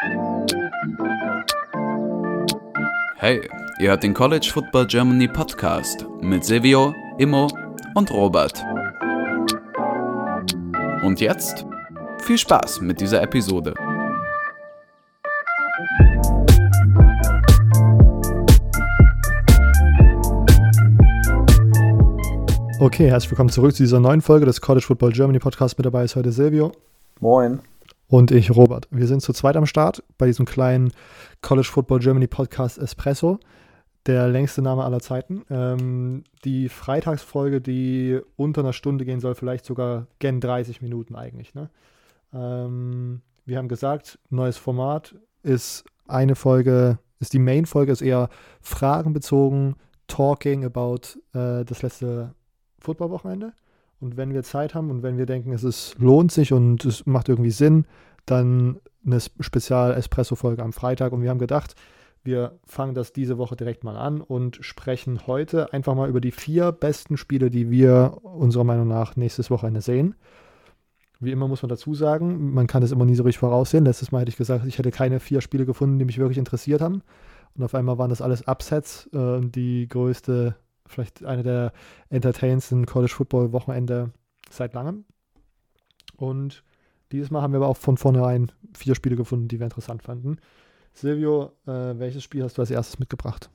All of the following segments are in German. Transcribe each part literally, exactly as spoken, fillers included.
Hey, ihr hört den College Football Germany Podcast mit Silvio, Immo und Robert. Und jetzt viel Spaß mit dieser Episode. Okay, herzlich willkommen zurück zu dieser neuen Folge des College Football Germany Podcast. Mit dabei ist heute Silvio. Moin. Und ich, Robert. Wir sind zu zweit am Start bei diesem kleinen College Football Germany Podcast Espresso. Der längste Name aller Zeiten. Ähm, die Freitagsfolge, die unter einer Stunde gehen soll, vielleicht sogar gen dreißig Minuten eigentlich. Ne? Ähm, wir haben gesagt, neues Format ist eine Folge, ist die Main-Folge, ist eher fragenbezogen, talking about äh, das letzte Football-Wochenende. Und wenn wir Zeit haben und wenn wir denken, es ist, lohnt sich und es macht irgendwie Sinn, dann eine Spezial-Espresso-Folge am Freitag. Und wir haben gedacht, wir fangen das diese Woche direkt mal an und sprechen heute einfach mal über die vier besten Spiele, die wir unserer Meinung nach nächstes Wochenende sehen. Wie immer muss man dazu sagen, man kann es immer nie so richtig voraussehen. Letztes Mal hätte ich gesagt, ich hätte keine vier Spiele gefunden, die mich wirklich interessiert haben. Und auf einmal waren das alles Upsets, äh, die größte, vielleicht eine der entertainendsten College-Football-Wochenende seit langem. Und dieses Mal haben wir aber auch von vornherein vier Spiele gefunden, die wir interessant fanden. Silvio, äh, welches Spiel hast du als erstes mitgebracht?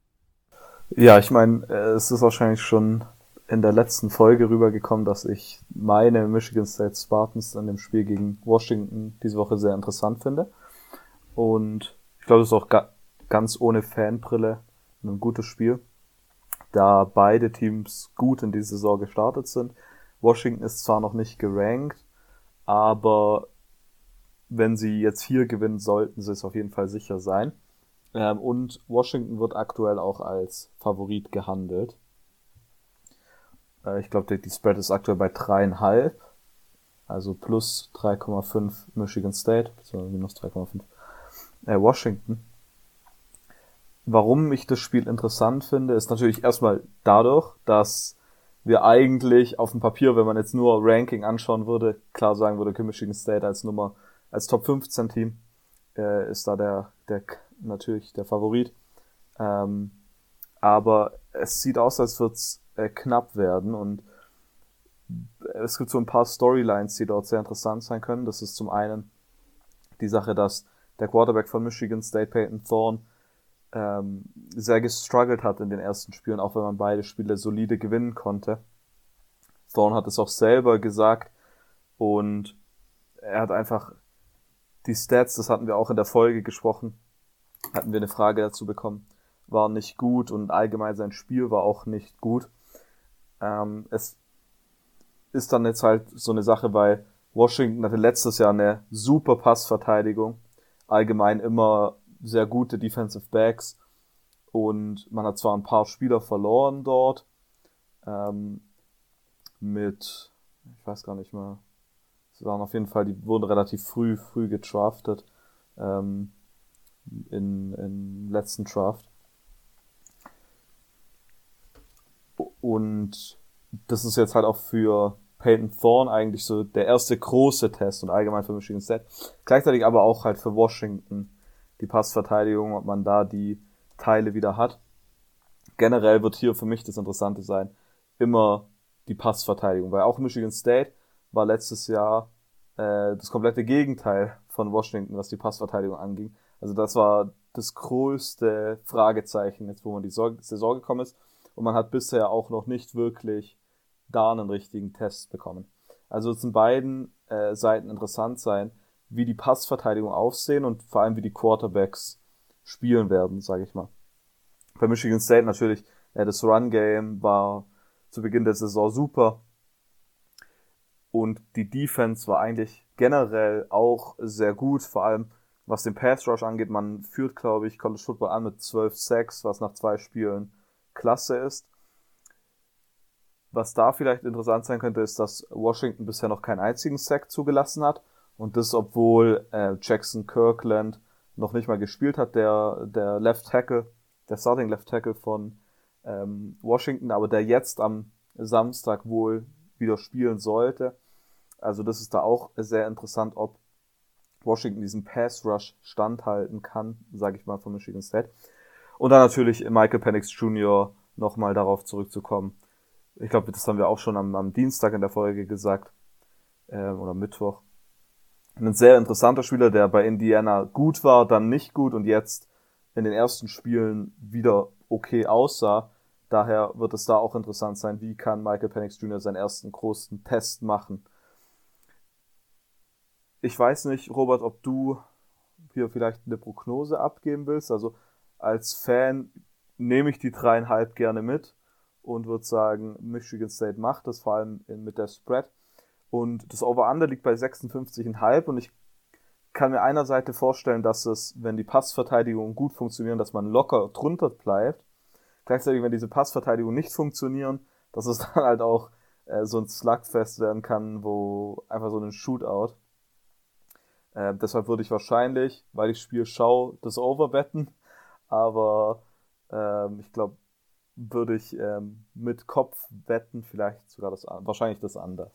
Ja, ich meine, es ist wahrscheinlich schon in der letzten Folge rübergekommen, dass ich meine Michigan State Spartans in dem Spiel gegen Washington diese Woche sehr interessant finde. Und ich glaube, es ist auch ga- ganz ohne Fanbrille ein gutes Spiel, da beide Teams gut in die Saison gestartet sind. Washington ist zwar noch nicht gerankt, aber wenn sie jetzt hier gewinnen, sollten sie es auf jeden Fall sicher sein. Ähm, und Washington wird aktuell auch als Favorit gehandelt. Äh, ich glaube, die, die Spread ist aktuell bei dreieinhalb, also plus drei Komma fünf Michigan State, beziehungsweise minus drei Komma fünf äh, Washington. Warum ich das Spiel interessant finde, ist natürlich erstmal dadurch, dass wir eigentlich auf dem Papier, wenn man jetzt nur Ranking anschauen würde, klar sagen würde, okay, Michigan State als Nummer, als Top fünfzehn Team äh, ist da der, der natürlich der Favorit. Ähm, aber es sieht aus, als würde es äh, knapp werden und es gibt so ein paar Storylines, die dort sehr interessant sein können. Das ist zum einen die Sache, dass der Quarterback von Michigan State, Peyton Thorne, ähm, sehr gestruggelt hat in den ersten Spielen, auch wenn man beide Spiele solide gewinnen konnte. Thorne hat es auch selber gesagt und er hat einfach die Stats, das hatten wir auch in der Folge gesprochen, hatten wir eine Frage dazu bekommen, waren nicht gut und allgemein sein Spiel war auch nicht gut. Ähm, es ist dann jetzt halt so eine Sache, weil Washington hatte letztes Jahr eine super Passverteidigung, allgemein immer sehr gute Defensive Backs und man hat zwar ein paar Spieler verloren dort, ähm, mit, ich weiß gar nicht mehr, es waren auf jeden Fall, die wurden relativ früh, früh gedraftet, ähm, in, in letzten Draft. Und das ist jetzt halt auch für Peyton Thorne eigentlich so der erste große Test und allgemein für Michigan State. Gleichzeitig aber auch halt für Washington die Passverteidigung, ob man da die Teile wieder hat. Generell wird hier für mich das Interessante sein, immer die Passverteidigung, weil auch Michigan State war letztes Jahr äh, das komplette Gegenteil von Washington, was die Passverteidigung anging. Also das war das größte Fragezeichen, jetzt wo man die Saison gekommen ist. Und man hat bisher auch noch nicht wirklich da einen richtigen Test bekommen. Also es in beiden äh, Seiten interessant sein, wie die Passverteidigung aussehen und vor allem wie die Quarterbacks spielen werden, sage ich mal. Bei Michigan State natürlich, äh, das Run-Game war zu Beginn der Saison super. Und die Defense war eigentlich generell auch sehr gut, vor allem was den Pass Rush angeht. Man führt, glaube ich, College Football an mit zwölf Sacks, was nach zwei Spielen klasse ist. Was da vielleicht interessant sein könnte, ist, dass Washington bisher noch keinen einzigen Sack zugelassen hat. Und das, obwohl äh, Jackson Kirkland noch nicht mal gespielt hat, der, der Left Tackle, der Starting Left Tackle von ähm, Washington, aber der jetzt am Samstag wohl wieder spielen sollte. Also das ist da auch sehr interessant, ob Washington diesen Pass-Rush standhalten kann, sage ich mal, von Michigan State. Und dann natürlich Michael Penix Junior nochmal darauf zurückzukommen. Ich glaube, das haben wir auch schon am, am Dienstag in der Folge gesagt, äh, oder Mittwoch. Ein sehr interessanter Spieler, der bei Indiana gut war, dann nicht gut und jetzt in den ersten Spielen wieder okay aussah. Daher wird es da auch interessant sein, wie kann Michael Penix Junior seinen ersten großen Test machen. Ich weiß nicht, Robert, ob du hier vielleicht eine Prognose abgeben willst. Also als Fan nehme ich die dreieinhalb gerne mit und würde sagen, Michigan State macht das, vor allem mit der Spread. Und das Over-Under liegt bei sechsundfünfzig Komma fünf und ich kann mir einerseits vorstellen, dass es, wenn die Passverteidigungen gut funktionieren, dass man locker drunter bleibt. Gleichzeitig, wenn diese Passverteidigungen nicht funktionieren, dass es dann halt auch äh, so ein Slugfest werden kann, wo einfach so ein Shootout. Äh, deshalb würde ich wahrscheinlich, weil ich Spiel schaue, das Over wetten. Aber ähm, ich glaube, würde ich ähm, mit Kopf wetten, vielleicht sogar das, wahrscheinlich das Under.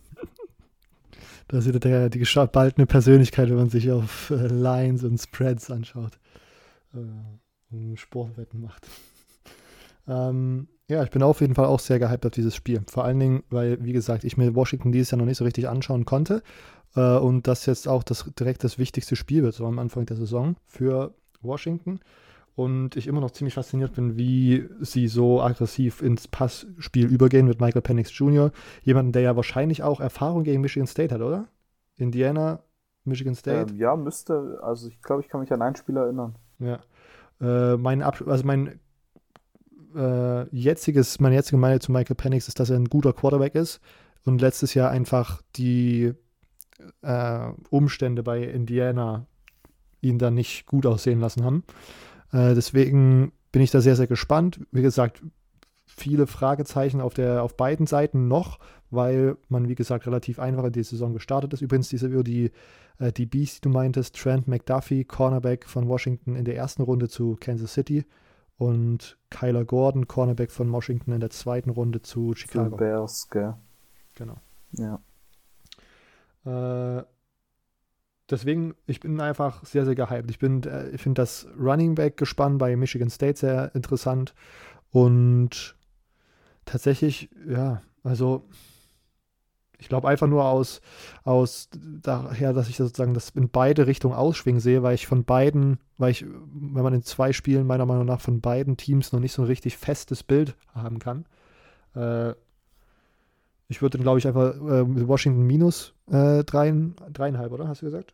Da ist wieder der, die gespaltene Persönlichkeit, wenn man sich auf äh, Lines und Spreads anschaut äh, und Sportwetten macht. ähm, ja, ich bin auf jeden Fall auch sehr gehypt auf dieses Spiel. Vor allen Dingen, weil, wie gesagt, ich mir Washington dieses Jahr noch nicht so richtig anschauen konnte äh, und das jetzt auch das, direkt das wichtigste Spiel wird, so am Anfang der Saison für Washington. Und ich immer noch ziemlich fasziniert bin, wie sie so aggressiv ins Passspiel übergehen mit Michael Penix Junior Jemanden, der ja wahrscheinlich auch Erfahrung gegen Michigan State hat, oder? Indiana, Michigan State. Ähm, ja, müsste. Also ich glaube, ich kann mich an ein Spiel erinnern. Ja. Äh, mein Ab- also mein äh, jetziges, meine jetzige Meinung zu Michael Penix ist, dass er ein guter Quarterback ist und letztes Jahr einfach die äh, Umstände bei Indiana ihn dann nicht gut aussehen lassen haben. Deswegen bin ich da sehr, sehr gespannt. Wie gesagt, viele Fragezeichen auf, der, auf beiden Seiten noch, weil man, wie gesagt, relativ einfach in die Saison gestartet ist. Übrigens, diese die, die Beast, die du meintest, Trent McDuffie, Cornerback von Washington in der ersten Runde zu Kansas City und Kyler Gordon, Cornerback von Washington in der zweiten Runde zu Chicago. Zu Bears, gell? Genau. Ja. Äh, Deswegen, ich bin einfach sehr, sehr gehypt. Ich, bin, äh, ich finde das Running Back-Gespann bei Michigan State sehr interessant. Und tatsächlich, ja, also ich glaube einfach nur aus, aus daher, dass ich sozusagen das in beide Richtungen ausschwingen sehe, weil ich von beiden, weil ich, wenn man in zwei Spielen meiner Meinung nach von beiden Teams noch nicht so ein richtig festes Bild haben kann. Äh, Ich würde dann, glaube ich, einfach äh, mit Washington minus äh, dreien, dreieinhalb, oder? Hast du gesagt?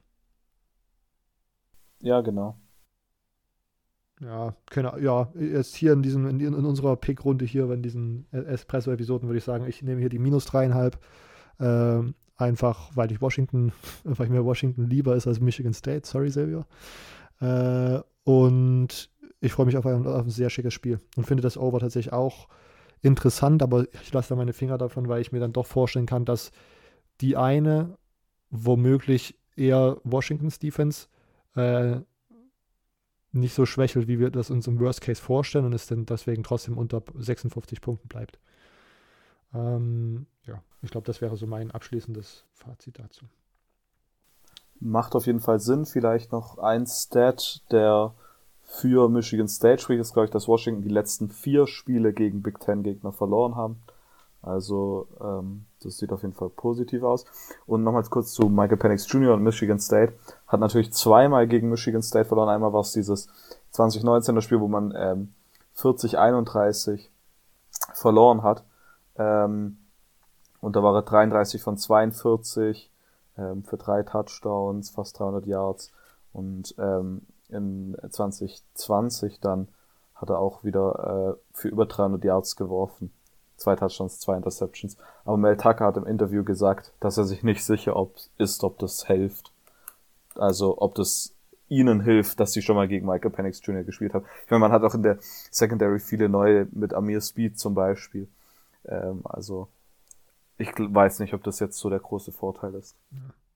Ja, genau. Ja, keine, ja, jetzt hier in diesem, in, in unserer Pick-Runde hier, in diesen Espresso-Episoden würde ich sagen, ich nehme hier die minus dreieinhalb. Ähm, einfach, weil ich Washington, weil mir Washington lieber ist als Michigan State. Sorry, Silvio. Äh, und ich freue mich auf ein, auf ein sehr schickes Spiel und finde das Over tatsächlich auch interessant, aber ich lasse da meine Finger davon, weil ich mir dann doch vorstellen kann, dass die eine womöglich eher Washingtons Defense äh, nicht so schwächelt, wie wir das uns im Worst Case vorstellen und es dann deswegen trotzdem unter sechsundfünfzig Punkten bleibt. Ähm, ja, ich glaube, das wäre so mein abschließendes Fazit dazu. Macht auf jeden Fall Sinn. Vielleicht noch ein Stat, der für Michigan State spricht, ist, glaube ich, dass Washington die letzten vier Spiele gegen Big Ten Gegner verloren haben. Also ähm, das sieht auf jeden Fall positiv aus. Und nochmals kurz zu Michael Penix Junior und Michigan State. Hat natürlich zweimal gegen Michigan State verloren. Einmal war es dieses zwanzig neunzehn Spiel, wo man ähm, vierzig einunddreißig verloren hat. Ähm, und da war er dreiunddreißig von zweiundvierzig ähm, für drei Touchdowns, fast dreihundert Yards. Und ähm, in zwanzig zwanzig dann hat er auch wieder äh, für über dreihundert Yards geworfen. Zwei Touchdowns, zwei Interceptions. Aber Mel Tucker hat im Interview gesagt, dass er sich nicht sicher ob, ist, ob das hilft. Also ob das ihnen hilft, dass sie schon mal gegen Michael Penix Junior gespielt haben. Ich meine, man hat auch in der Secondary viele neue mit Amir Speed zum Beispiel. Ähm, also ich weiß nicht, ob das jetzt so der große Vorteil ist. Ja.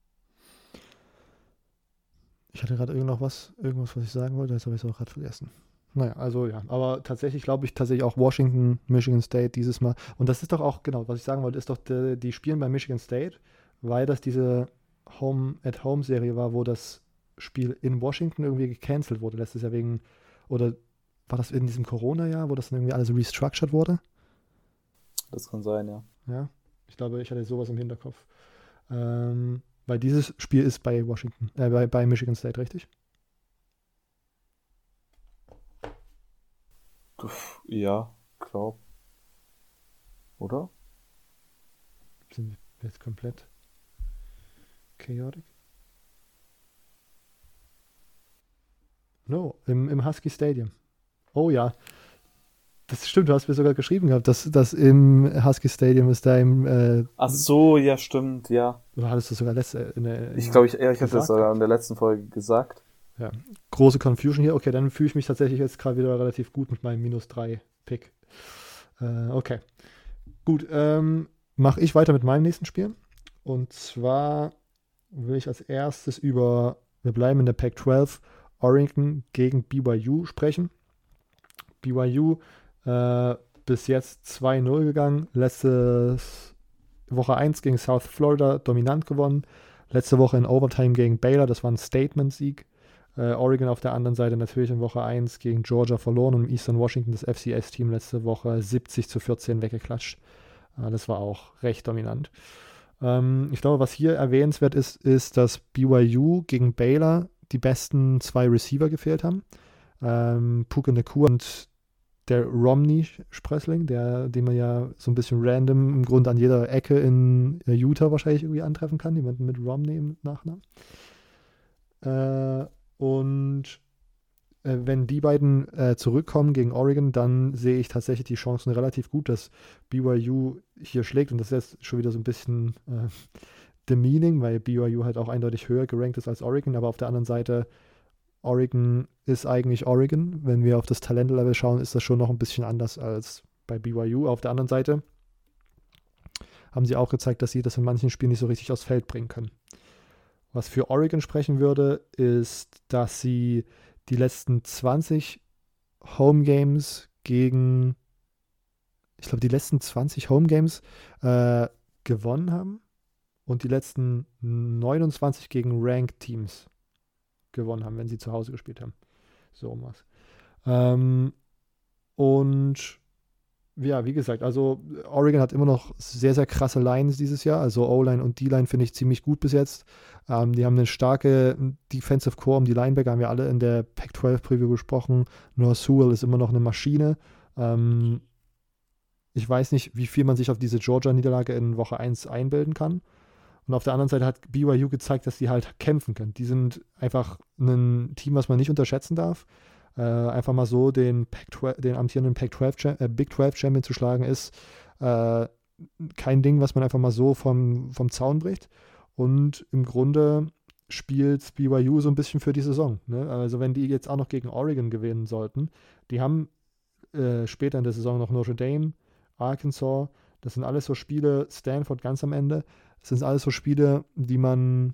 Ich hatte gerade irgend noch was, irgendwas, was ich sagen wollte, jetzt habe ich es auch gerade vergessen. Naja, also ja, aber tatsächlich glaube ich tatsächlich auch Washington, Michigan State dieses Mal. Und das ist doch auch, genau, was ich sagen wollte, ist doch, die, die spielen bei Michigan State, weil das diese Home-at-Home-Serie war, wo das Spiel in Washington irgendwie gecancelt wurde. Letztes Jahr wegen, oder war das in diesem Corona-Jahr, wo das dann irgendwie alles restructured wurde? Das kann sein, ja. Ja, ich glaube, ich hatte sowas im Hinterkopf. Ähm, weil dieses Spiel ist bei Washington, äh, bei, bei Michigan State, richtig? Ja, glaub. Oder? Sind wir jetzt komplett chaotic? No, im, im Husky Stadium. Oh ja. Das stimmt, du hast mir sogar geschrieben gehabt, dass das im Husky Stadium ist da im. Äh, Ach so, ja, stimmt, ja. Oder hattest du sogar letzte. In der, in Ich glaube, ich, ja, ich hatte das gesagt? sogar in der letzten Folge gesagt. Ja. Große Confusion hier. Okay, dann fühle ich mich tatsächlich jetzt gerade wieder relativ gut mit meinem minus drei Pick. Äh, okay. Gut, ähm, mache ich weiter mit meinem nächsten Spiel. Und zwar will ich als erstes über, wir bleiben in der Pac zwölf, Oregon gegen B Y U sprechen. B Y U äh, bis jetzt zwei null gegangen. Letzte Woche eins gegen South Florida dominant gewonnen. Letzte Woche in Overtime gegen Baylor, das war ein Statement-Sieg. Äh, Oregon auf der anderen Seite natürlich in Woche eins gegen Georgia verloren und im Eastern Washington das F C S-Team letzte Woche siebzig zu vierzehn weggeklatscht. Äh, das war auch recht dominant. Ähm, ich glaube, was hier erwähnenswert ist, ist, dass B Y U gegen Baylor die besten zwei Receiver gefehlt haben. Ähm, Puka Nacua und der Romney-Sprössling, der, den man ja so ein bisschen random im Grunde an jeder Ecke in Utah wahrscheinlich irgendwie antreffen kann, jemanden mit Romney im Nachnamen. Äh, und äh, wenn die beiden äh, zurückkommen gegen Oregon, dann sehe ich tatsächlich die Chancen relativ gut, dass B Y U hier schlägt. Und das ist jetzt schon wieder so ein bisschen äh, demeaning, weil B Y U halt auch eindeutig höher gerankt ist als Oregon. Aber auf der anderen Seite, Oregon ist eigentlich Oregon. Wenn wir auf das Talentlevel schauen, ist das schon noch ein bisschen anders als bei B Y U. Auf der anderen Seite haben sie auch gezeigt, dass sie das in manchen Spielen nicht so richtig aufs Feld bringen können. Was für Oregon sprechen würde, ist, dass sie die letzten zwanzig Home Games gegen, ich glaube, die letzten zwanzig Home Games äh, gewonnen haben und die letzten neunundzwanzig gegen Ranked Teams gewonnen haben, wenn sie zu Hause gespielt haben. So um was. Ähm, und ja, wie gesagt, also Oregon hat immer noch sehr, sehr krasse Lines dieses Jahr. Also O-Line und D-Line finde ich ziemlich gut bis jetzt. Ähm, die haben eine starke Defensive Core um die Linebacker, haben wir alle in der Pac zwölf Preview gesprochen. Noah Sewell ist immer noch eine Maschine. Ähm, ich weiß nicht, wie viel man sich auf diese Georgia-Niederlage in Woche eins einbilden kann. Und auf der anderen Seite hat B Y U gezeigt, dass die halt kämpfen können. Die sind einfach ein Team, was man nicht unterschätzen darf. Äh, einfach mal so den, Pac zwölf, den amtierenden Pac zwölf, äh, Big zwölf Champion zu schlagen, ist äh, kein Ding, was man einfach mal so vom, vom Zaun bricht. Und im Grunde spielt B Y U so ein bisschen für die Saison. Ne? Also wenn die jetzt auch noch gegen Oregon gewinnen sollten, die haben äh, später in der Saison noch Notre Dame, Arkansas, das sind alles so Spiele, Stanford ganz am Ende, das sind alles so Spiele, die man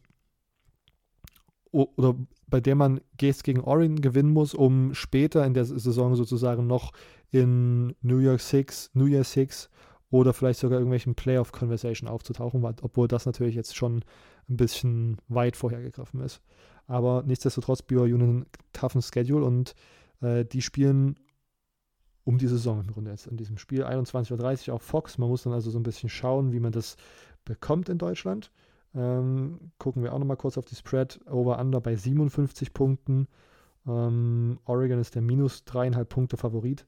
oder bei der man jetzt gegen Oregon gewinnen muss, um später in der Saison sozusagen noch in New York Six, New Year Six oder vielleicht sogar irgendwelchen Playoff-Conversation aufzutauchen, obwohl das natürlich jetzt schon ein bisschen weit vorhergegriffen ist. Aber nichtsdestotrotz B Y U einen toughen Schedule und äh, die spielen um die Saison im Grunde jetzt in diesem Spiel. einundzwanzig Uhr dreißig auf Fox. Man muss dann also so ein bisschen schauen, wie man das bekommt in Deutschland. Ähm, gucken wir auch nochmal kurz auf die Spread. Over-Under bei siebenundfünfzig Punkten. Ähm, Oregon ist der minus dreieinhalb Punkte Favorit.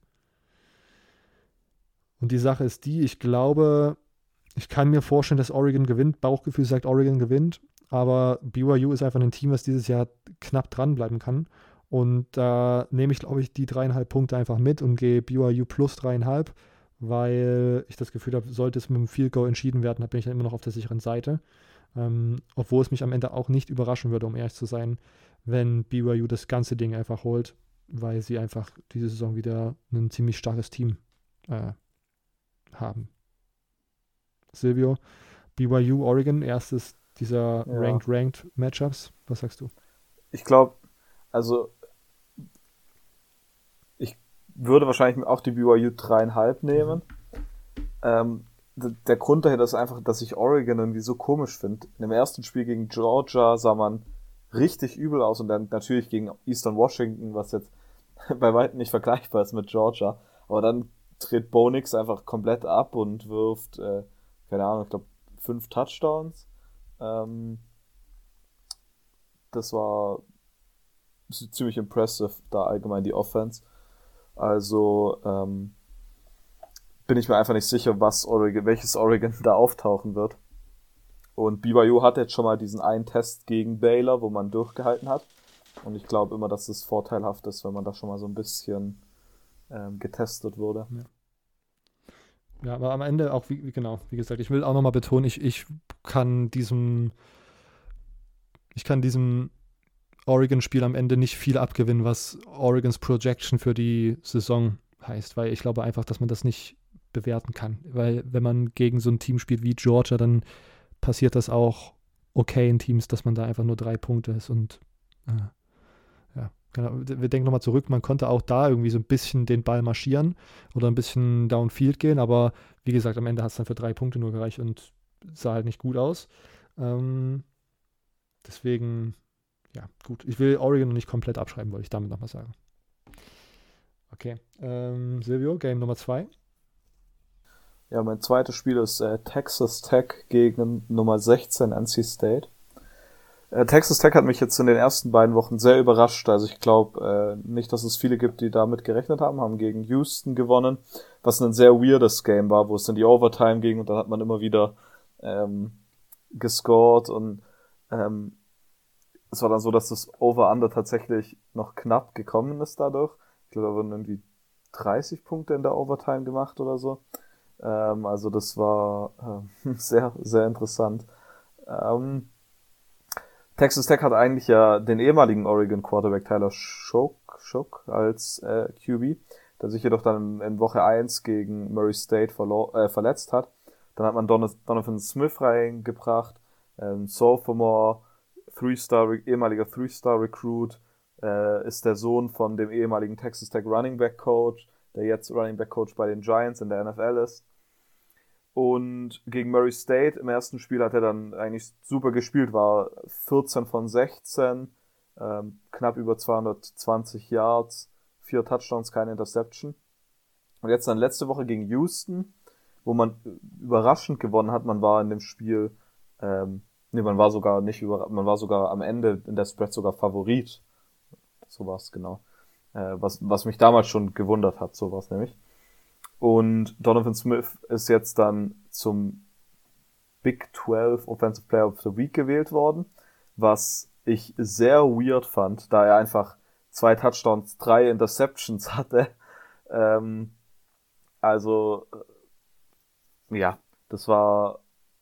Und die Sache ist die, ich glaube, ich kann mir vorstellen, dass Oregon gewinnt. Bauchgefühl sagt, Oregon gewinnt. Aber B Y U ist einfach ein Team, was dieses Jahr knapp dranbleiben kann. Und da äh, nehme ich, glaube ich, die dreieinhalb Punkte einfach mit und gehe B Y U plus dreieinhalb, weil ich das Gefühl habe, sollte es mit dem Field Goal entschieden werden, dann bin ich dann immer noch auf der sicheren Seite. Ähm, obwohl es mich am Ende auch nicht überraschen würde, um ehrlich zu sein, wenn B Y U das ganze Ding einfach holt, weil sie einfach diese Saison wieder ein ziemlich starkes Team äh, haben. Silvio, B Y U Oregon, erstes dieser Ja. Ranked-Ranked Matchups. Was sagst du? Ich glaube, also ich würde wahrscheinlich auch die B Y U dreieinhalb nehmen. Ähm, der Grund dahinter ist einfach, dass ich Oregon irgendwie so komisch finde. In dem ersten Spiel gegen Georgia sah man richtig übel aus und dann natürlich gegen Eastern Washington, was jetzt bei weitem nicht vergleichbar ist mit Georgia. Aber dann dreht Bo Nix einfach komplett ab und wirft, äh, keine Ahnung, ich glaube, fünf Touchdowns. Ähm, das war ziemlich impressive, da allgemein die Offense. Also, ähm, bin ich mir einfach nicht sicher, was Oregon, welches Oregon da auftauchen wird. Und B Y U hat jetzt schon mal diesen einen Test gegen Baylor, wo man durchgehalten hat. Und ich glaube immer, dass es vorteilhaft ist, wenn man da schon mal so ein bisschen ähm, getestet wurde. Ja. Ja, aber am Ende auch, wie, genau, wie gesagt, ich will auch nochmal betonen, ich, ich kann diesem ich kann diesem Oregon-Spiel am Ende nicht viel abgewinnen, was Oregons Projection für die Saison heißt, weil ich glaube einfach, dass man das nicht bewerten kann, weil wenn man gegen so ein Team spielt wie Georgia, dann passiert das auch okay in Teams, dass man da einfach nur drei Punkte ist und äh, ja, genau. Wir denken nochmal zurück, man konnte auch da irgendwie so ein bisschen den Ball marschieren oder ein bisschen downfield gehen, aber wie gesagt, am Ende hat es dann für drei Punkte nur gereicht und sah halt nicht gut aus. Ähm, deswegen, ja, gut. Ich will Oregon noch nicht komplett abschreiben, wollte ich damit nochmal sagen. Okay, ähm, Silvio, Game Nummer zwei. Ja, mein zweites Spiel ist äh, Texas Tech gegen Nummer sechzehn N C State. Äh, Texas Tech hat mich jetzt in den ersten beiden Wochen sehr überrascht. Also ich glaube äh, nicht, dass es viele gibt, die damit gerechnet haben. Haben gegen Houston gewonnen, was ein sehr weirdes Game war, wo es in die Overtime ging und dann hat man immer wieder ähm, gescored und ähm, es war dann so, dass das Over-Under tatsächlich noch knapp gekommen ist dadurch. Ich glaube, da wurden irgendwie dreißig Punkte in der Overtime gemacht oder so. Ähm, also das war äh, sehr, sehr interessant. Ähm, Texas Tech hat eigentlich ja den ehemaligen Oregon Quarterback Tyler Shough, Shough als äh, Q B, der sich jedoch dann in Woche eins gegen Murray State verlo- äh, verletzt hat. Dann hat man Don- Donovan Smith reingebracht, ähm, Sophomore, Three-Star, ehemaliger Three-Star-Recruit, äh, ist der Sohn von dem ehemaligen Texas Tech Running Back Coach, der jetzt Running Back Coach bei den Giants in der N F L ist. Und gegen Murray State im ersten Spiel hat er dann eigentlich super gespielt, war vierzehn von sechzehn, ähm, knapp über zweihundertzwanzig Yards, vier Touchdowns, keine Interception. Und jetzt dann letzte Woche gegen Houston, wo man überraschend gewonnen hat, man war in dem Spiel, ähm, nee, man war sogar nicht über, man war sogar am Ende in der Spread sogar Favorit. So war es genau. Äh, was, was mich damals schon gewundert hat, so war es nämlich. Und Donovan Smith ist jetzt dann zum Big zwölf Offensive Player of the Week gewählt worden, was ich sehr weird fand, da er einfach zwei Touchdowns, drei Interceptions hatte. Ähm, also, ja, das war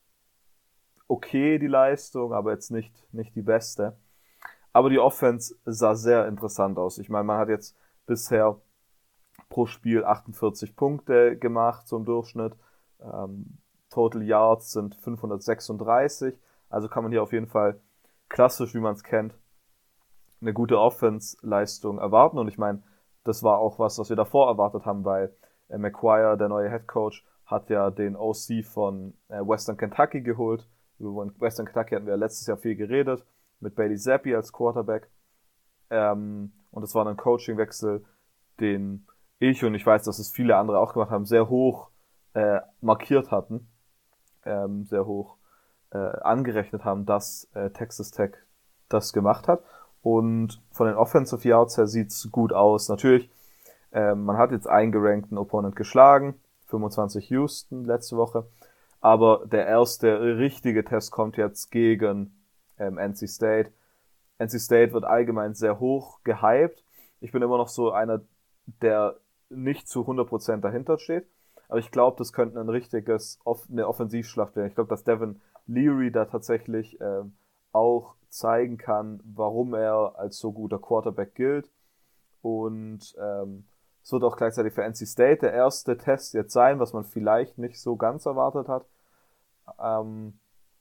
okay, die Leistung, aber jetzt nicht, nicht die beste. Aber die Offense sah sehr interessant aus. Ich meine, man hat jetzt bisher pro Spiel achtundvierzig Punkte gemacht, so im Durchschnitt. Ähm, Total Yards sind fünfhundertsechsunddreißig. Also kann man hier auf jeden Fall klassisch, wie man es kennt, eine gute Offense-Leistung erwarten. Und ich meine, das war auch was, was wir davor erwartet haben, weil äh, McGuire, der neue Head Coach, hat ja den O C von äh, Western Kentucky geholt. Über Western Kentucky hatten wir letztes Jahr viel geredet, mit Bailey Zappi als Quarterback. Ähm, und es war ein Coachingwechsel, den ich, und ich weiß, dass es viele andere auch gemacht haben, sehr hoch äh, markiert hatten, ähm, sehr hoch äh, angerechnet haben, dass äh, Texas Tech das gemacht hat. Und von den Offensive Yards her sieht's gut aus. Natürlich, äh, man hat jetzt einen gerankten Opponent geschlagen, fünfundzwanzig Houston letzte Woche, aber der erste richtige Test kommt jetzt gegen ähm, N C State. N C State wird allgemein sehr hoch gehypt. Ich bin immer noch so einer, der nicht zu hundert Prozent dahinter steht. Aber ich glaube, das könnte ein richtiges, eine Offensivschlacht werden. Ich glaube, dass Devin Leary da tatsächlich ähm, auch zeigen kann, warum er als so guter Quarterback gilt. Und ähm, es wird auch gleichzeitig für N C State der erste Test jetzt sein, was man vielleicht nicht so ganz erwartet hat. Ähm,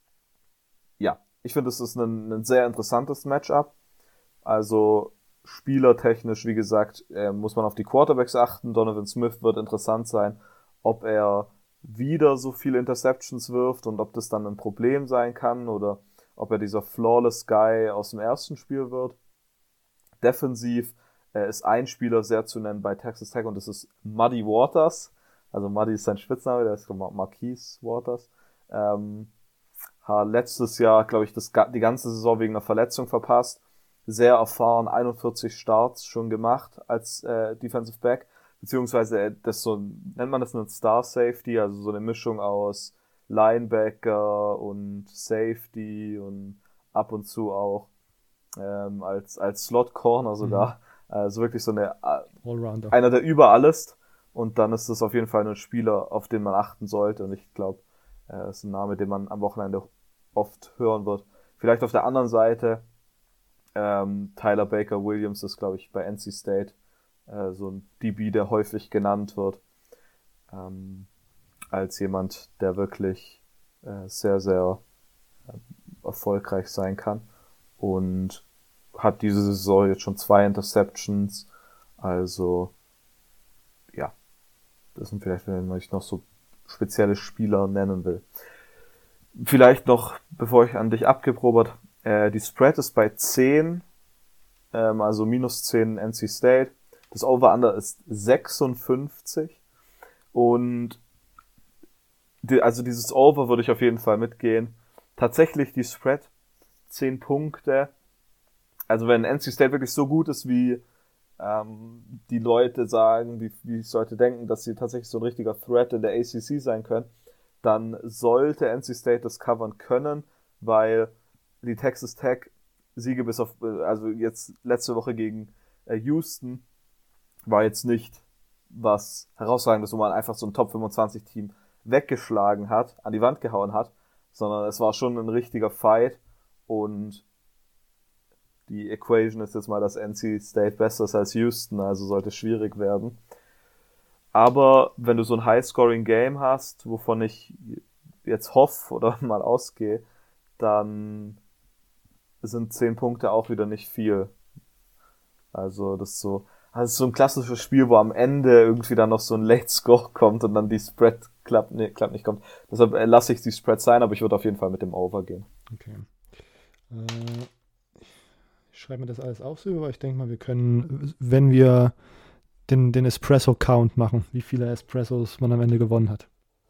ja, ich finde, es ist ein, ein sehr interessantes Matchup. Also spielertechnisch, wie gesagt, äh, muss man auf die Quarterbacks achten. Donovan Smith wird interessant sein, ob er wieder so viele Interceptions wirft und ob das dann ein Problem sein kann oder ob er dieser flawless Guy aus dem ersten Spiel wird. Defensiv äh, ist ein Spieler sehr zu nennen bei Texas Tech und das ist Muddy Waters. Also Muddy ist sein Spitzname, der ist Mar- Marquise Waters. Ähm, hat letztes Jahr, glaube ich, das, die ganze Saison wegen einer Verletzung verpasst. Sehr erfahren, einundvierzig Starts schon gemacht als äh, Defensive Back. Beziehungsweise äh, das so nennt man das einen Star Safety, also so eine Mischung aus Linebacker und Safety und ab und zu auch ähm, als als Slot Corner sogar. Mhm. Also wirklich so eine Allrounder. Einer, der überall ist. Und dann ist das auf jeden Fall ein Spieler, auf den man achten sollte. Und ich glaube, äh, ist ein Name, den man am Wochenende oft hören wird. Vielleicht auf der anderen Seite ähm, Tyler Baker Williams ist, glaube ich, bei N C State äh, so ein D B, der häufig genannt wird. Ähm, als jemand, der wirklich äh, sehr, sehr äh, erfolgreich sein kann. Und hat diese Saison jetzt schon zwei Interceptions. Also, ja. Das sind vielleicht, wenn ich noch so spezielle Spieler nennen will. Vielleicht noch, bevor ich an dich abgebe, Robert, äh, die Spread ist bei zehn, ähm, also minus zehn N C State. Das Over-Under ist sechsundfünfzig. Und die, also dieses Over würde ich auf jeden Fall mitgehen. Tatsächlich die Spread, zehn Punkte. Also wenn N C State wirklich so gut ist, wie ähm, die Leute sagen, wie, wie ich sollte denken, dass sie tatsächlich so ein richtiger Threat in der A C C sein können, dann sollte N C State das covern können, weil die Texas Tech Siege bis auf, also jetzt letzte Woche gegen äh, Houston, war jetzt nicht was Herausragendes, wo man einfach so ein Top fünfundzwanzig Team weggeschlagen hat, an die Wand gehauen hat, sondern es war schon ein richtiger Fight und die Equation ist jetzt mal, dass N C State besser ist als Houston, also sollte es schwierig werden. Aber wenn du so ein High-Scoring-Game hast, wovon ich jetzt hoffe oder mal ausgehe, dann sind zehn Punkte auch wieder nicht viel. Also das ist so, das ist so ein klassisches Spiel, wo am Ende irgendwie dann noch so ein Late-Score kommt und dann die Spread klappt, nee, klappt nicht kommt. Deshalb lasse ich die Spread sein, aber ich würde auf jeden Fall mit dem Over gehen. Okay. Äh, ich schreibe mir das alles auf, so, aber ich denke mal, wir können, wenn wir den, den Espresso-Count machen, wie viele Espressos man am Ende gewonnen hat.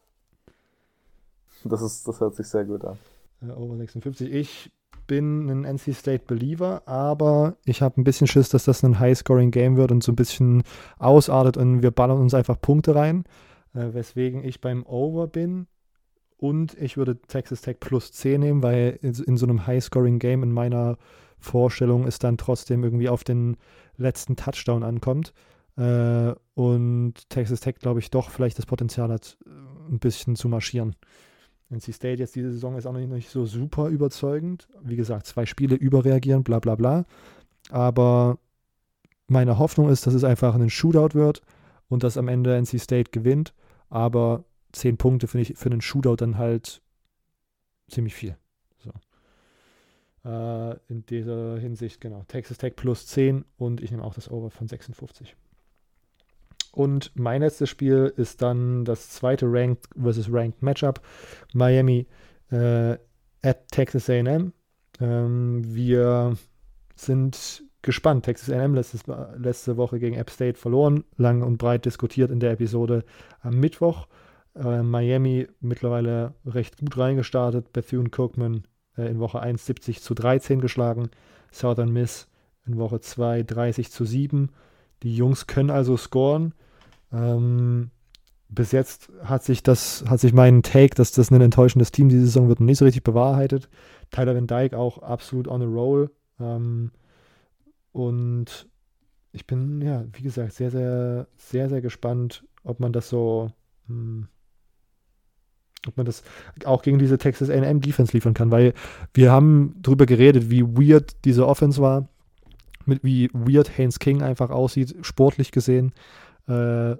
Das ist, das hört sich sehr gut an. Äh, over sechsundfünfzig. Ich bin ein N C State-Believer, aber ich habe ein bisschen Schiss, dass das ein High-Scoring-Game wird und so ein bisschen ausartet und wir ballern uns einfach Punkte rein, äh, weswegen ich beim Over bin und ich würde Texas Tech plus zehn nehmen, weil in, in so einem High-Scoring-Game in meiner Vorstellung es dann trotzdem irgendwie auf den letzten Touchdown ankommt äh, und Texas Tech, glaube ich, doch vielleicht das Potenzial hat, ein bisschen zu marschieren. N C State jetzt diese Saison ist auch noch nicht, noch nicht so super überzeugend. Wie gesagt, zwei Spiele überreagieren, bla bla bla. Aber meine Hoffnung ist, dass es einfach ein Shootout wird und dass am Ende N C State gewinnt. Aber zehn Punkte finde ich für einen Shootout dann halt ziemlich viel. So. Äh, in dieser Hinsicht, genau. Texas Tech plus zehn und ich nehme auch das Over von sechsundfünfzig. Und mein letztes Spiel ist dann das zweite Ranked versus Ranked Matchup. Miami äh, at Texas A and M. Ähm, wir sind gespannt. Texas A and M letztes, letzte Woche gegen App State verloren. Lang und breit diskutiert in der Episode am Mittwoch. Äh, Miami mittlerweile recht gut reingestartet. Bethune-Cookman äh, in Woche eins siebzig zu dreizehn geschlagen. Southern Miss in Woche zwei dreißig zu sieben. Die Jungs können also scoren. Ähm, bis jetzt hat sich das, hat sich mein Take, dass das ein enttäuschendes Team diese Saison wird, noch nicht so richtig bewahrheitet. Tyler Van Dyke auch absolut on a roll. Ähm, und ich bin, ja, wie gesagt, sehr, sehr, sehr, sehr gespannt, ob man das so, hm, ob man das auch gegen diese Texas A and M Defense liefern kann, weil wir haben drüber geredet, wie weird diese Offense war. Mit wie weird Haynes King einfach aussieht, sportlich gesehen. Äh,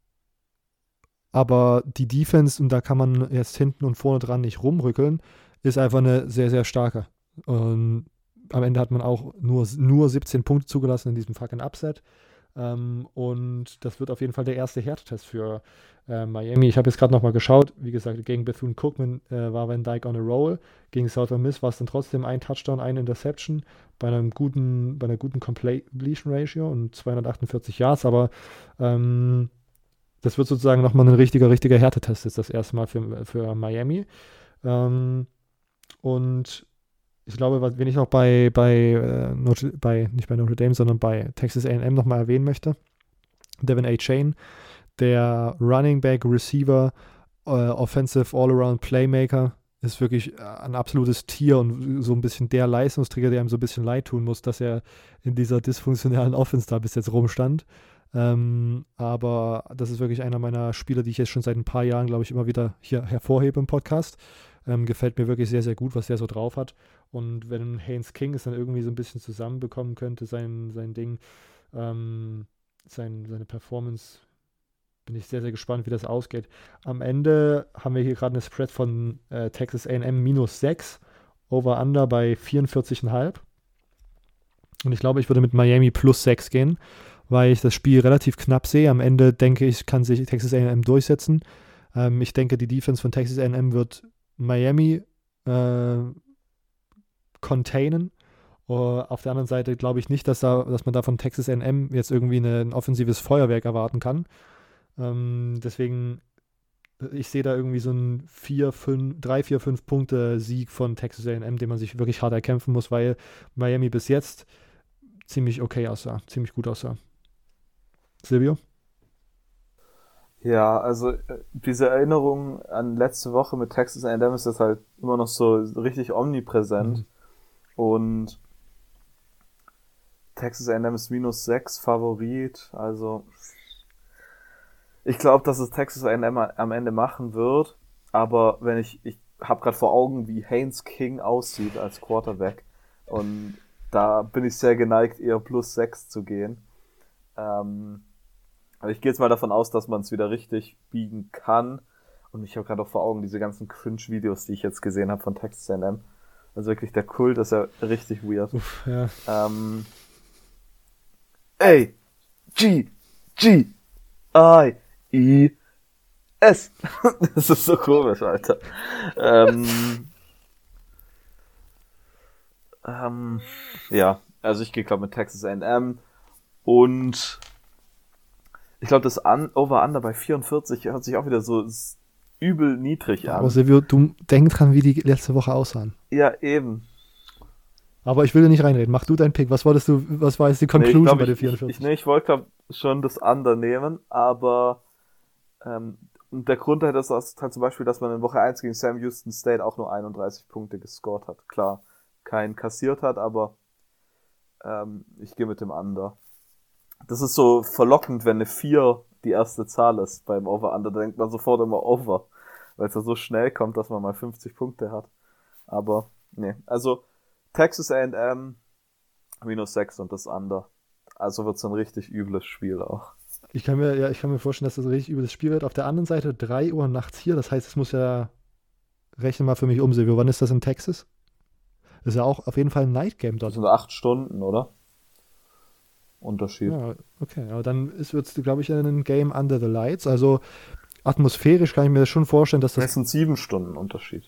aber die Defense, und da kann man jetzt hinten und vorne dran nicht rumrückeln, ist einfach eine sehr, sehr starke. Und am Ende hat man auch nur, nur siebzehn Punkte zugelassen in diesem fucking Upset. Ähm, und das wird auf jeden Fall der erste Härtetest für äh, Miami. Ich habe jetzt gerade nochmal geschaut. Wie gesagt, gegen Bethune-Cookman äh, war Van Dyke on a roll. Gegen Southern Miss war es dann trotzdem ein Touchdown, eine Interception bei einem guten, bei einer guten Completion Ratio und zweihundertachtundvierzig Yards. Aber ähm, das wird sozusagen nochmal ein richtiger, richtiger Härtetest. Ist das erste Mal für, für Miami. Ähm, und ich glaube, was, wen ich noch bei, bei, äh, Notre, bei, nicht bei Notre Dame, sondern bei Texas A and M nochmal erwähnen möchte, Devin A. Chain, der Running Back, Receiver, äh, Offensive All-Around Playmaker, ist wirklich ein absolutes Tier und so ein bisschen der Leistungsträger, der ihm so ein bisschen leid tun muss, dass er in dieser dysfunktionalen Offense da bis jetzt rumstand. Ähm, aber das ist wirklich einer meiner Spieler, die ich jetzt schon seit ein paar Jahren, glaube ich, immer wieder hier hervorhebe im Podcast. Ähm, gefällt mir wirklich sehr, sehr gut, was der so drauf hat. Und wenn Haynes King es dann irgendwie so ein bisschen zusammenbekommen könnte, sein, sein Ding, ähm, sein, seine Performance, bin ich sehr, sehr gespannt, wie das ausgeht. Am Ende haben wir hier gerade eine Spread von äh, Texas A and M minus sechs, Over-Under bei vierundvierzig Komma fünf. Und ich glaube, ich würde mit Miami plus sechs gehen, weil ich das Spiel relativ knapp sehe. Am Ende denke ich, kann sich Texas A and M durchsetzen. Ähm, ich denke, die Defense von Texas A and M wird Miami äh, containen. Uh, auf der anderen Seite glaube ich nicht, dass, da, dass man da von Texas A and M jetzt irgendwie eine, ein offensives Feuerwerk erwarten kann. Ähm, deswegen, ich sehe da irgendwie so einen vier, fünf, drei, vier, fünf Punkte Sieg von Texas A and M, den man sich wirklich hart erkämpfen muss, weil Miami bis jetzt ziemlich okay aussah, ziemlich gut aussah. Silvio? Ja, also diese Erinnerung an letzte Woche mit Texas A and M ist jetzt halt immer noch so richtig omnipräsent. Mhm. Und Texas A and M ist minus sechs Favorit, also ich glaube, dass es Texas A and M am Ende machen wird, aber wenn ich, ich habe gerade vor Augen, wie Haynes King aussieht als Quarterback und da bin ich sehr geneigt, eher plus sechs zu gehen. Ähm, aber ich gehe jetzt mal davon aus, dass man es wieder richtig biegen kann und ich habe gerade auch vor Augen diese ganzen Cringe-Videos, die ich jetzt gesehen habe von Texas A and M. Also wirklich, der Kult ist ja richtig weird. Uff, ja. Ähm, A, G, G, I, I, S. Das ist so komisch, Alter. Ähm, ähm, ja, also ich gehe, glaube mit Texas A and M und ich glaube, das Un- Over-Under bei vierundvierzig hört sich auch wieder so übel niedrig an. Aber Silvio, du denk dran, wie die letzte Woche aussahen. Ja, eben. Aber ich will dir nicht reinreden. Mach du deinen Pick. Was wolltest du, was war jetzt die Conclusion nee, glaub, bei der ich, vierundvierzig? Ich, ich, nee, ich wollte glaub, schon das Under nehmen, aber ähm, der Grund dahinter ist halt zum Beispiel, dass man in Woche eins gegen Sam Houston State auch nur einunddreißig Punkte gescored hat. Klar, keinen kassiert hat, aber ähm, ich gehe mit dem Under. Das ist so verlockend, wenn eine vier die erste Zahl ist beim Over-Under. Da denkt man sofort immer Over, weil es ja so schnell kommt, dass man mal fünfzig Punkte hat. Aber, nee, also Texas A and M minus sechs und das Under. Also wird es ein richtig übles Spiel auch. Ich kann mir, ja, ich kann mir vorstellen, dass das ein richtig übles Spiel wird. Auf der anderen Seite drei Uhr nachts hier. Das heißt, es muss ja, rechne mal für mich um, Silvio. Wann ist das in Texas? Das ist ja auch auf jeden Fall ein Night Game dort. Das sind acht Stunden, oder? Unterschied. Ja, okay. Aber dann wird es, glaube ich, ein Game under the lights. Also atmosphärisch kann ich mir das schon vorstellen, dass das... Das sind sieben Stunden Unterschied.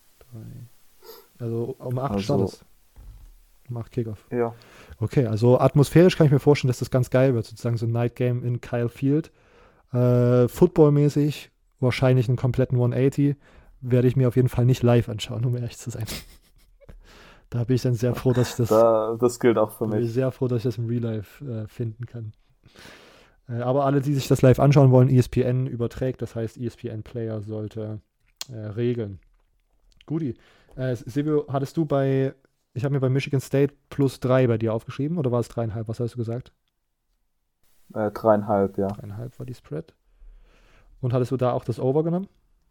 Also um acht also, startet. Um acht Kickoff. Ja. Okay, also atmosphärisch kann ich mir vorstellen, dass das ganz geil wird. Sozusagen so ein Night Game in Kyle Field. Äh, Footballmäßig wahrscheinlich einen kompletten hundertachtzig. Werde ich mir auf jeden Fall nicht live anschauen, um ehrlich zu sein. Da bin ich dann sehr froh, dass ich das. Da, das gilt auch für mich. Bin ich sehr froh, dass ich das im Real Life äh, finden kann. Äh, aber alle, die sich das live anschauen wollen, E S P N überträgt, das heißt, E S P N Player sollte äh, regeln. Guti. Äh, Silvio, hattest du bei, ich habe mir bei Michigan State plus drei bei dir aufgeschrieben oder war es dreieinhalb? Was hast du gesagt? Äh, dreieinhalb, ja. Dreieinhalb war die Spread. Und hattest du da auch das Over genommen?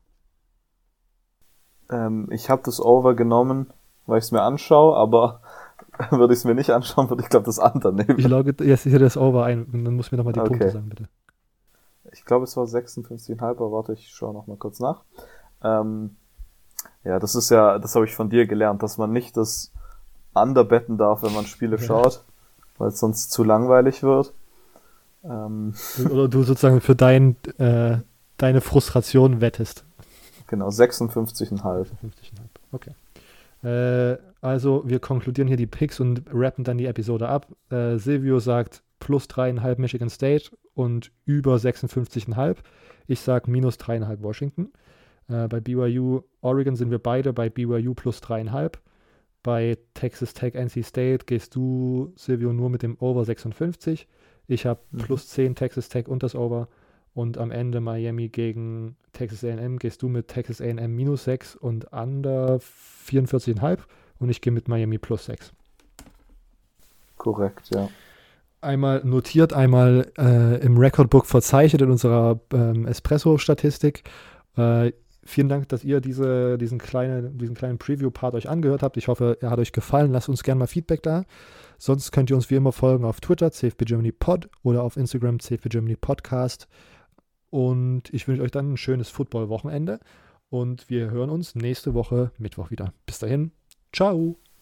Ähm, ich habe das Over genommen, weil ich es mir anschaue, aber würde ich es mir nicht anschauen, würde ich glaube das Under nehmen. Ich logge jetzt hier das Over ein und dann musst du mir nochmal die okay. Punkte sagen, bitte. Ich glaube, es war sechsundfünfzig Komma fünf, aber warte, ich schaue nochmal kurz nach. Ähm, ja, das ist ja, das habe ich von dir gelernt, dass man nicht das Under betten darf, wenn man Spiele ja. schaut, weil es sonst zu langweilig wird. Ähm, Oder du sozusagen für dein, äh, deine Frustration wettest. genau, sechsundfünfzig Komma fünf. fünfzig Komma fünf, okay. Äh, also wir konkludieren hier die Picks und rappen dann die Episode ab. Äh, Silvio sagt plus drei Komma fünf Michigan State und über sechsundfünfzig Komma fünf. Ich sage minus drei Komma fünf Washington. Äh, bei B Y U Oregon sind wir beide bei B Y U plus drei Komma fünf. Bei Texas Tech N C State gehst du, Silvio, nur mit dem Over sechsundfünfzig. Ich habe Mhm. plus zehn Texas Tech und das Over. Und am Ende Miami gegen Texas A and M gehst du mit Texas A and M minus sechs und Under vierundvierzig Komma fünf. Und ich gehe mit Miami plus sechs. Korrekt, ja. Einmal notiert, einmal äh, im Recordbook verzeichnet in unserer ähm, Espresso-Statistik. Äh, vielen Dank, dass ihr diese, diesen, kleine, diesen kleinen Preview-Part euch angehört habt. Ich hoffe, er hat euch gefallen. Lasst uns gerne mal Feedback da. Sonst könnt ihr uns wie immer folgen auf Twitter, C F B Germany Pod, oder auf Instagram, C F B Germany Podcast. Und ich wünsche euch dann ein schönes Football-Wochenende. Und wir hören uns nächste Woche Mittwoch wieder. Bis dahin, ciao!